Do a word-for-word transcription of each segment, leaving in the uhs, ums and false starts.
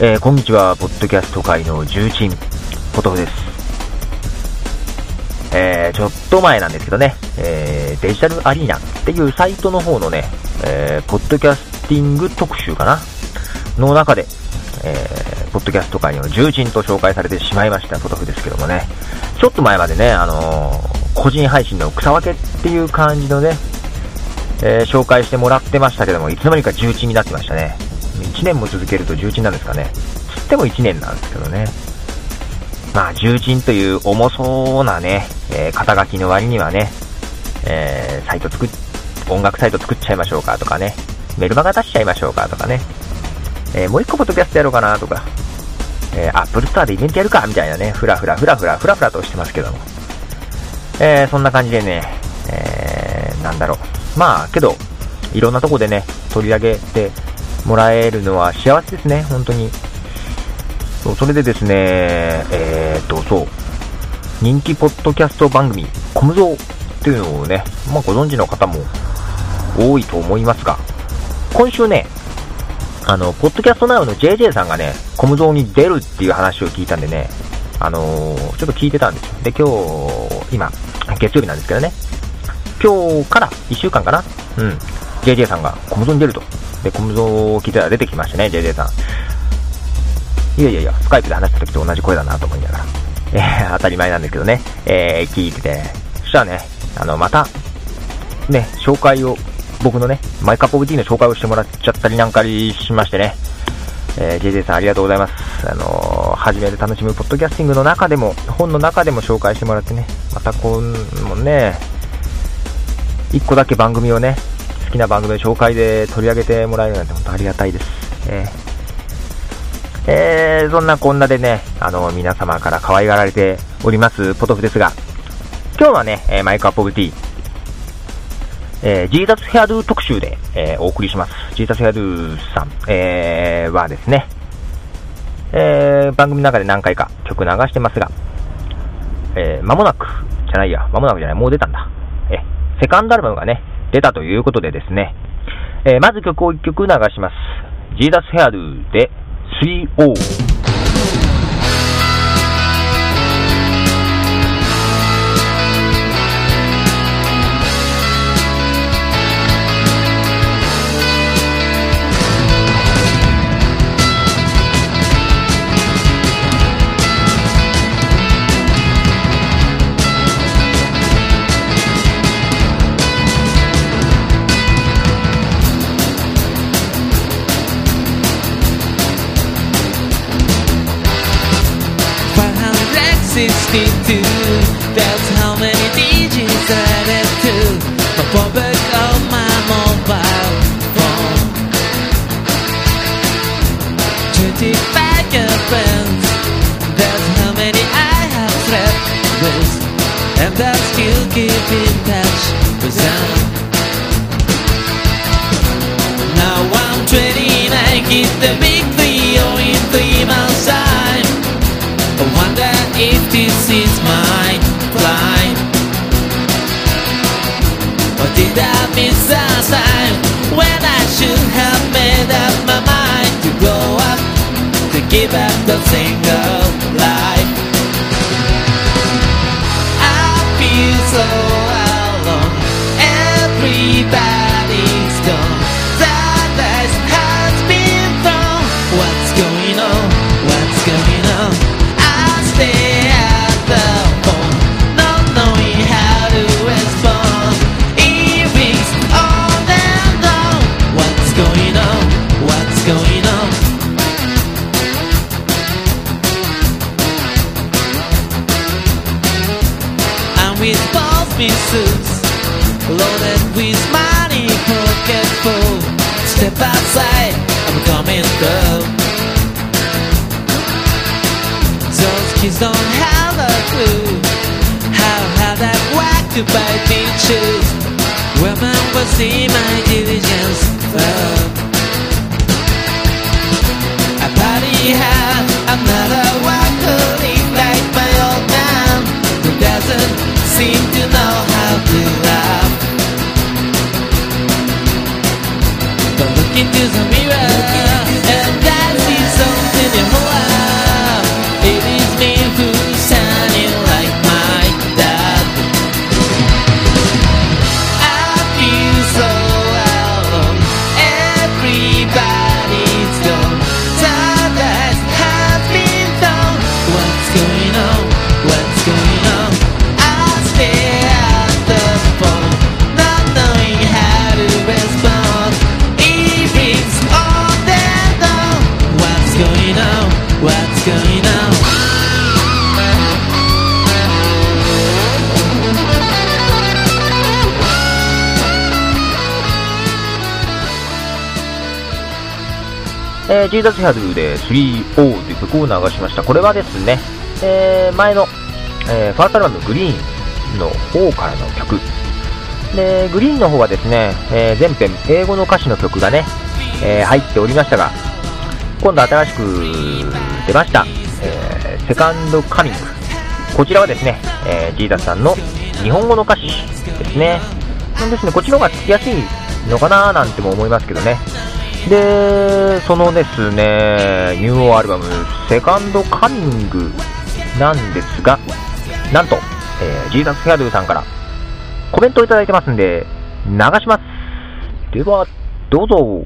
えー、こんにちは。ポッドキャスト界の重鎮ポトフです。えー、ちょっと前なんですけどね、えー、デジタルアリーナっていうサイトの方のね、えー、ポッドキャスティング特集かなの中で、えー、ポッドキャスト界の重鎮と紹介されてしまいましたポトフですけどもね、ちょっと前までね、あのー、個人配信の草分けっていう感じのね、えー、紹介してもらってましたけども、いつの間にか重鎮になってましたね。いちねんも続けると重鎮なんですかね。つってもいちねんなんですけどね。まあ重鎮という重そうなね、えー、肩書きの割にはね、えー、サイト作っ音楽サイト作っちゃいましょうかとかね、メルマガ出しちゃいましょうかとかね、えー、もう一個ポッドキャストやろうかなとか、えー、アップルストアでイベントやるかみたいなね、ふらふらふらふらふらふらとしてますけども、えー、そんな感じでね、えー、なんだろう、まあけどいろんなとこでね取り上げてもらえるのは幸せですね、本当に。そう、それでですね、えーっと、そう、人気ポッドキャスト番組、コムゾーっていうのをね、まあご存知の方も多いと思いますが、今週ね、あの、ポッドキャストナウの ジェージェー さんがね、コムゾーに出るっていう話を聞いたんでね、あのー、ちょっと聞いてたんですよ。で、今日、今、月曜日なんですけどね、今日からいっしゅうかんかな、うん、ジェージェー さんがコムゾーに出ると。で、コムゾーを聞いたら出てきましたね、ジェージェー さん。いやいやいや、スカイプで話した時と同じ声だなと思いながら。えー、当たり前なんですけどね、えー、聞いてて、そしたらね、あの、また、ね、紹介を、僕のね、マイカップオブティーの紹介をしてもらっちゃったりなんかしましてね、えー、ジェージェー さんありがとうございます。あのー、初めて楽しむポッドキャスティングの中でも、本の中でも紹介してもらってね、またこう、もうね、一個だけ番組をね、好きな番組の紹介で取り上げてもらえるなんて本当ありがたいです。えーえー、そんなこんなでね、あの皆様から可愛がられておりますポトフですが、今日はね、えー、マイクアップオブティー、えー、ジーザスヘアドゥ特集で、えー、お送りします。ジーザスヘアドゥさん、えー、はですね、えー、番組の中で何回か曲流してますが、えー、間もなくじゃないや、間もなくじゃない、もう出たんだ。えー、セカンドアルバムがね出たということでですね、えー、まず曲をいっきょく流します。ジーザスヘアドゥで スリーオー。 sixty-two, that's how many digits I added to my phone book of my mobile phone. Twenty-five girlfriends, that's how many I have slept with, and I still keep in touch with them. Now I'm twenty-nine, hit the big three oh in three months time. I wonder if this is my flight, or did I miss a sign when I should have made up my mind to grow up, to give up the single life. I feel so alone, everybody's gone, the dice has been thrown. What's going on, what's going on? Stay at the phone, not knowing how to respond. Earrings on and on. What's going on? What's going on? I'm with both me suits, loaded with money, pocket full. Step outside, I'm coming through. Kids don't have a clue how hard I've worked to buy these shoes. Women will see my diligence flow. I party hard, I'm not a workaholic like my old man, who doesn't seem to know how to laugh. But look into the mirror and I see something えー、ジーザスヘアドゥで スリーオー という曲を流しました。これはですね、えー、前の、えー、ファーストアルバムグリーンの方からの曲で、グリーンの方はですね、えー、全編英語の歌詞の曲がね、えー、入っておりましたが、今度新しく出ました、えー、セカンドカミング、こちらはですね、えー、ジーザスさんの日本語の歌詞ですね。ですね、こっちの方が聴きやすいのかななんても思いますけどね。で、そのですね、ニューオーアルバムセカンドカミングなんですが、なんと、えー、ジーザスヘアドゥさんからコメントをいただいてますんで流します。ではどうぞ。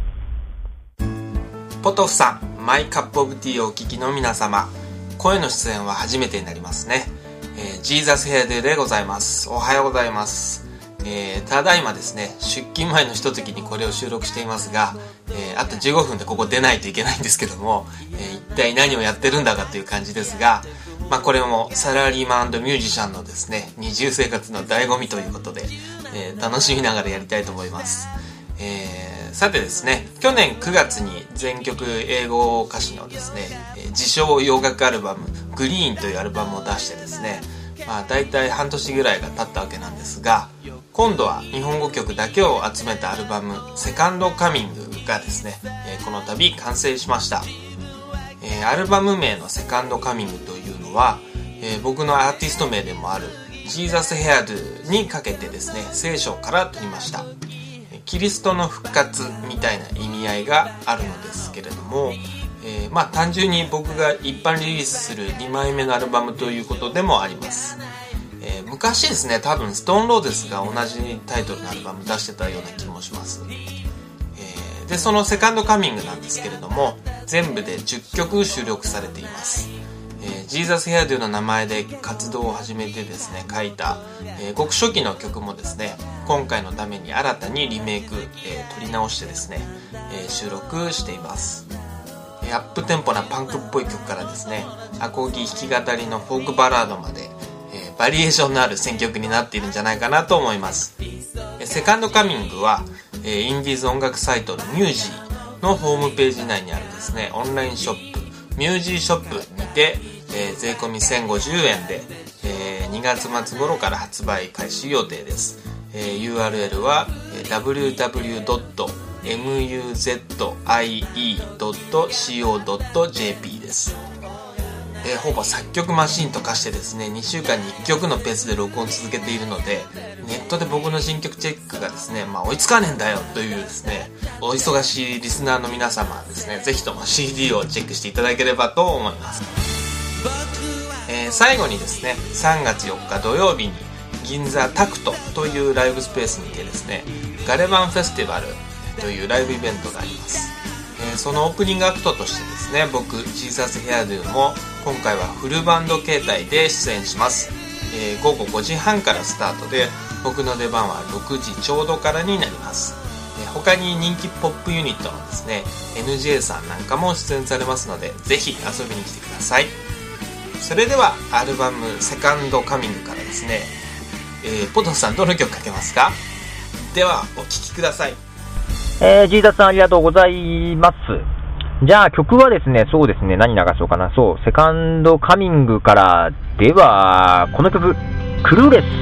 ポトフさん、マイカップオブティーをお聞きの皆様、声の出演は初めてになりますね。えー、ジーザスヘアドゥでございます。おはようございます。えー、ただいまですね、出勤前のひとときにこれを収録していますが、えー、あとじゅうごふんでここ出ないといけないんですけども、えー、一体何をやってるんだかという感じですが、まあこれもサラリーマン&ミュージシャンのですね、二重生活の醍醐味ということで、えー、楽しみながらやりたいと思います。えー、さてですね、去年くがつに全曲英語歌詞のですね、えー、自称洋楽アルバムグリーンというアルバムを出してですね、まあ大体半年ぐらいが経ったわけなんですが、今度は日本語曲だけを集めたアルバムセカンドカミングがですね、えー、この度完成しました。えー、アルバム名のセカンドカミングというのは、えー、僕のアーティスト名でもあるジーザスヘアドゥにかけてですね、聖書から取りました。キリストの復活みたいな意味合いがあるのですけれども、えー、まあ単純に僕が一般リリースするにまいめのアルバムということでもあります。えー、昔ですね、多分ストーンローゼスが同じタイトルのアルバム出してたような気もします。えー、でそのセカンドカミングなんですけれども、全部でじゅっきょく収録されています。えー、ジーザスヘアドゥの名前で活動を始めてですね、書いた、えー、ごく初期の曲もですね、今回のために新たにリメイク、えー、取り直してですね、えー、収録しています。アップテンポなパンクっぽい曲からですね、アコギ弾き語りのフォークバラードまで、えー、バリエーションのある選曲になっているんじゃないかなと思います。えー、セカンドカミングは、えー、インディーズ音楽サイトのミュージーのホームページ内にあるですね、オンラインショップミュージーショップにて、えー、税込みせんごじゅうえんで、えー、にがつまつ頃から発売開始予定です。えー、ユーアールエル は ダブリューダブリュードットミュージックドットコードットジェーピー です。えー、ほぼ作曲マシンと化してですね、にしゅうかんにいっきょくのペースで録音続けているので、ネットで僕の新曲チェックがですね、まあ追いつかねえんだよというですね、お忙しいリスナーの皆様はですね、ぜひとも シーディー をチェックしていただければと思います。えー、最後にですね、さんがつよっか土曜日に銀座タクトというライブスペースにてですね、ガレバンフェスティバルというライブイベントがあります。えー、そのオープニングアクトとしてですね、僕ジーザスヘアドゥも今回はフルバンド形態で出演します。えー、ごごごじはんからスタートで、僕の出番はろくじちょうどからになります。えー、他に人気ポップユニットのですね エヌジェー さんなんかも出演されますので、ぜひ遊びに来てください。それではアルバムセカンドカミングからですね、えー、ポトフさんどの曲かけますか？ではお聴きください。 えー、ジーザスさんありがとうございます。じゃあ曲はですね、そうですね、何流そうかな。そう、セカンドカミングからでは、この曲、クルーレス。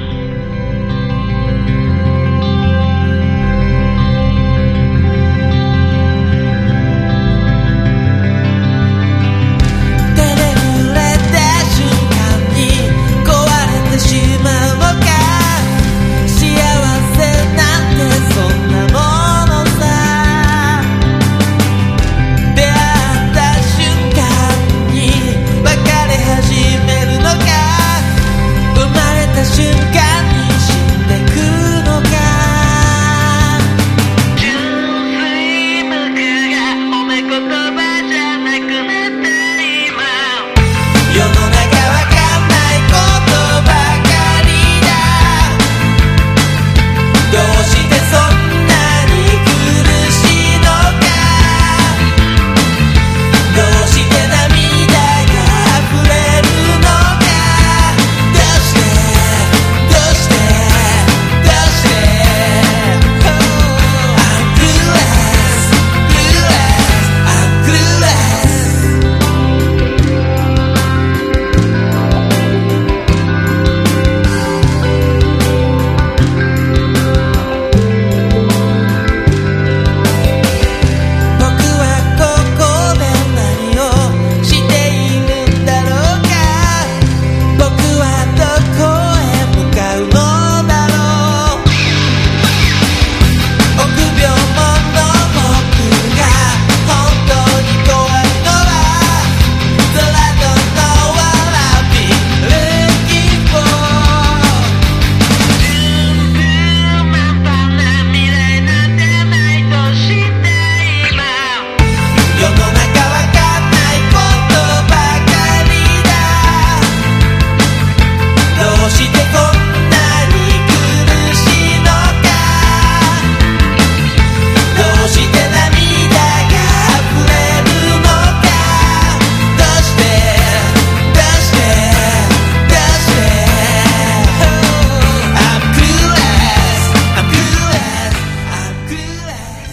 瞬間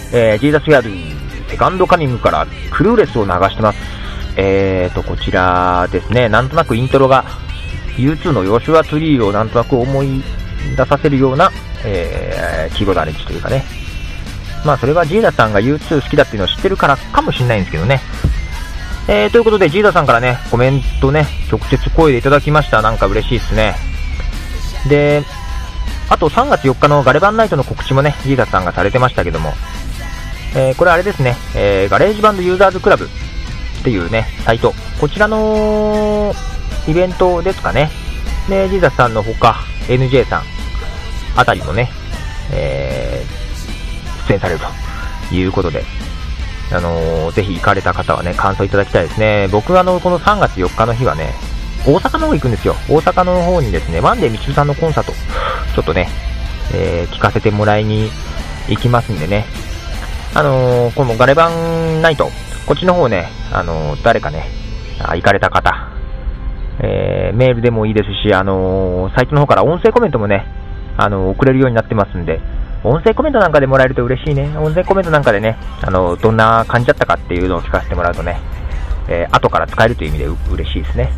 えー、ジーザスヤドゥセカンドカミングからクルーレスを流してます。えーと、こちらですね、なんとなくイントロが ユーツー のヨシュアツリーをなんとなく思い出させるような、えー、キーボードアレンジというかね。まあそれはジーザさんが ユーツー 好きだっていうのを知ってるからかもしれないんですけどね。えー、ということでジーザさんからね、コメントね、直接声でいただきました。なんか嬉しいですね。で、あとさんがつよっかのガレバンナイトの告知もね、ジーザさんがされてましたけども、えー、これあれですね、えー、ガレージバンドユーザーズクラブっていうね、サイト、こちらのイベントですかね。で、ジーザさんのほか、エヌジェー さんあたりもね、えー、出演されるということで、あのー、ぜひ行かれた方はね、感想いただきたいですね。僕はあの、このさんがつよっかの日はね、大阪の方行くんですよ。大阪の方にですね、ワンデーみちるさんのコンサート、ちょっとね、えー、聞かせてもらいに行きますんでね。あのー、このガレバンナイト、こっちの方ね、あのー、誰かね、あ行かれた方、えー、メールでもいいですし、あのー、サイトの方から音声コメントもね、あのー、送れるようになってますんで、音声コメントなんかでもらえると嬉しいね。音声コメントなんかでね、あのー、どんな感じだったかっていうのを聞かせてもらうとね、えー、後から使えるという意味でう嬉しいですね。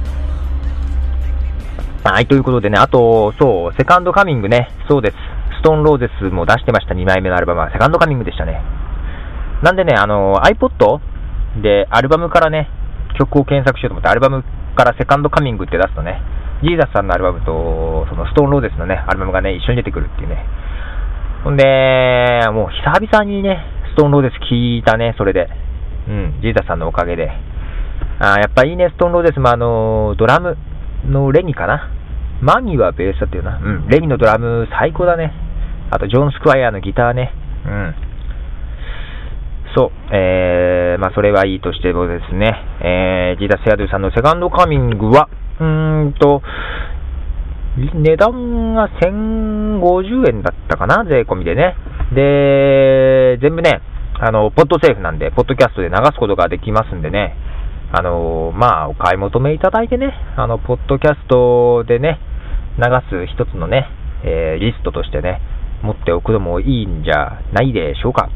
はい、ということでね、あと、そう、セカンドカミングね、そうです。ストーンローゼスも出してました。にまいめのアルバムはセカンドカミングでしたね。なんでね、あの、iPod でアルバムからね、曲を検索しようと思って、アルバムからセカンドカミングって出すとね、ジーザスさんのアルバムと、そのストーンローゼスのね、アルバムがね、一緒に出てくるっていうね。ほんで、もう久々にね、ストーンローゼス聞いたね、それで。うん、ジーザスさんのおかげで。あやっぱいいね、ストーンローゼスもあの、ドラムのレミかな。マミはベースだったよな。うん、レミのドラム最高だね。あと、ジョン・スクワイアのギターね。うん。そう、えー、まあそれはいいとしてもですね、えー、ジーザス・ヤドゥさんのセカンドカミングは、うーんと、値段がせんごじゅうえんだったかな、税込みでね。で、全部ね、あの、ポッドセーフなんで、ポッドキャストで流すことができますんでね、あの、まあ、お買い求めいただいてね、あの、ポッドキャストでね、流す一つのね、えー、リストとしてね、持っておくのもいいんじゃないでしょうか。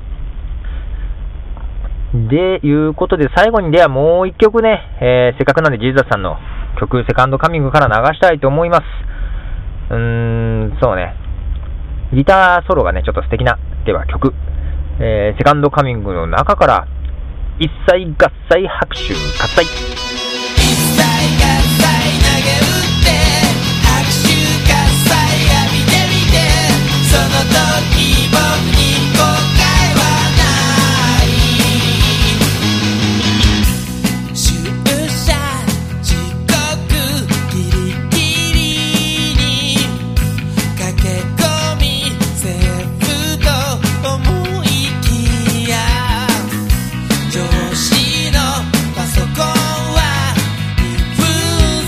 で、いうことで、最後にではもう一曲ね、えー、せっかくなんでジーザスさんの曲、セカンドカミングから流したいと思います。うーん、そうね。ギターソロがね、ちょっと素敵な、では曲、えー、セカンドカミングの中から、一切合切拍手喝采。 一切合切投げ打って拍手喝采浴びてみて、その時僕に後悔はない。出社時刻ギリギリに駆け込みセーフと思いきや、上司のパソコンはにふん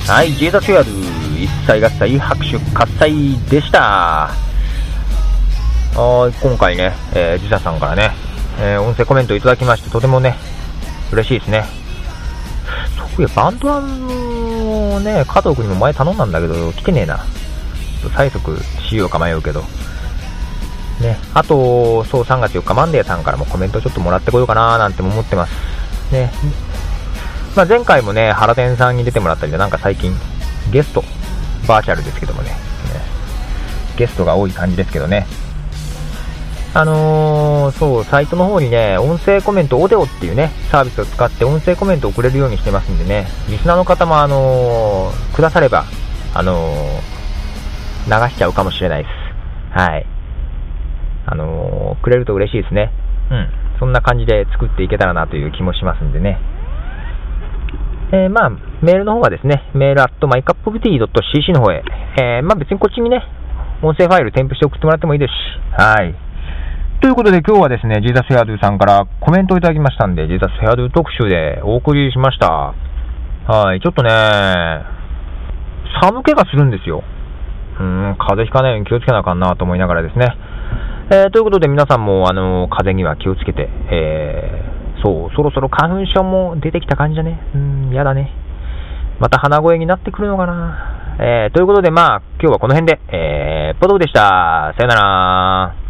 はい、ジーザスヘアドゥ一切合切拍手喝采でした。あ今回ね、えー、ジザさんからね、えー、音声コメントいただきましてとてもね嬉しいですね。そういやバンドラのね加藤君にも前頼んだんだけど来てねえな。催促しようか迷うけどね。あとそうさんがつよっかマンデーさんからもコメントちょっともらってこようかななんても思ってますね。まあ、前回もね原天さんに出てもらったりでなんか最近ゲストバーチャルですけども ね, ねゲストが多い感じですけどね。あのー、そうサイトの方にね音声コメントオデオっていうねサービスを使って音声コメントを送れるようにしてますんでね、リスナーの方もあのー、くださればあのー、流しちゃうかもしれないです。はい、あのー、くれると嬉しいですね。うん、そんな感じで作っていけたらなという気もしますんでね。えー、まあメールの方はですね、メールアットマイカップオブティードットシーシー の方へ、えー、まあ別にこっちにね音声ファイル添付して送ってもらってもいいですし、はい。ということで今日はですねジーザスヘアドゥさんからコメントをいただきましたんで、ジーザスヘアドゥ特集でお送りしました。はい、ちょっとね寒気がするんですよ。うーん風邪ひかないように気をつけなあかんなと思いながらですね、えー、ということで皆さんもあの風邪には気をつけて、えー、そうそろそろ花粉症も出てきた感じだね。うーんやだね。また鼻声になってくるのかな。えー、ということでまあ今日はこの辺で、えー、ポトフでした。さよなら。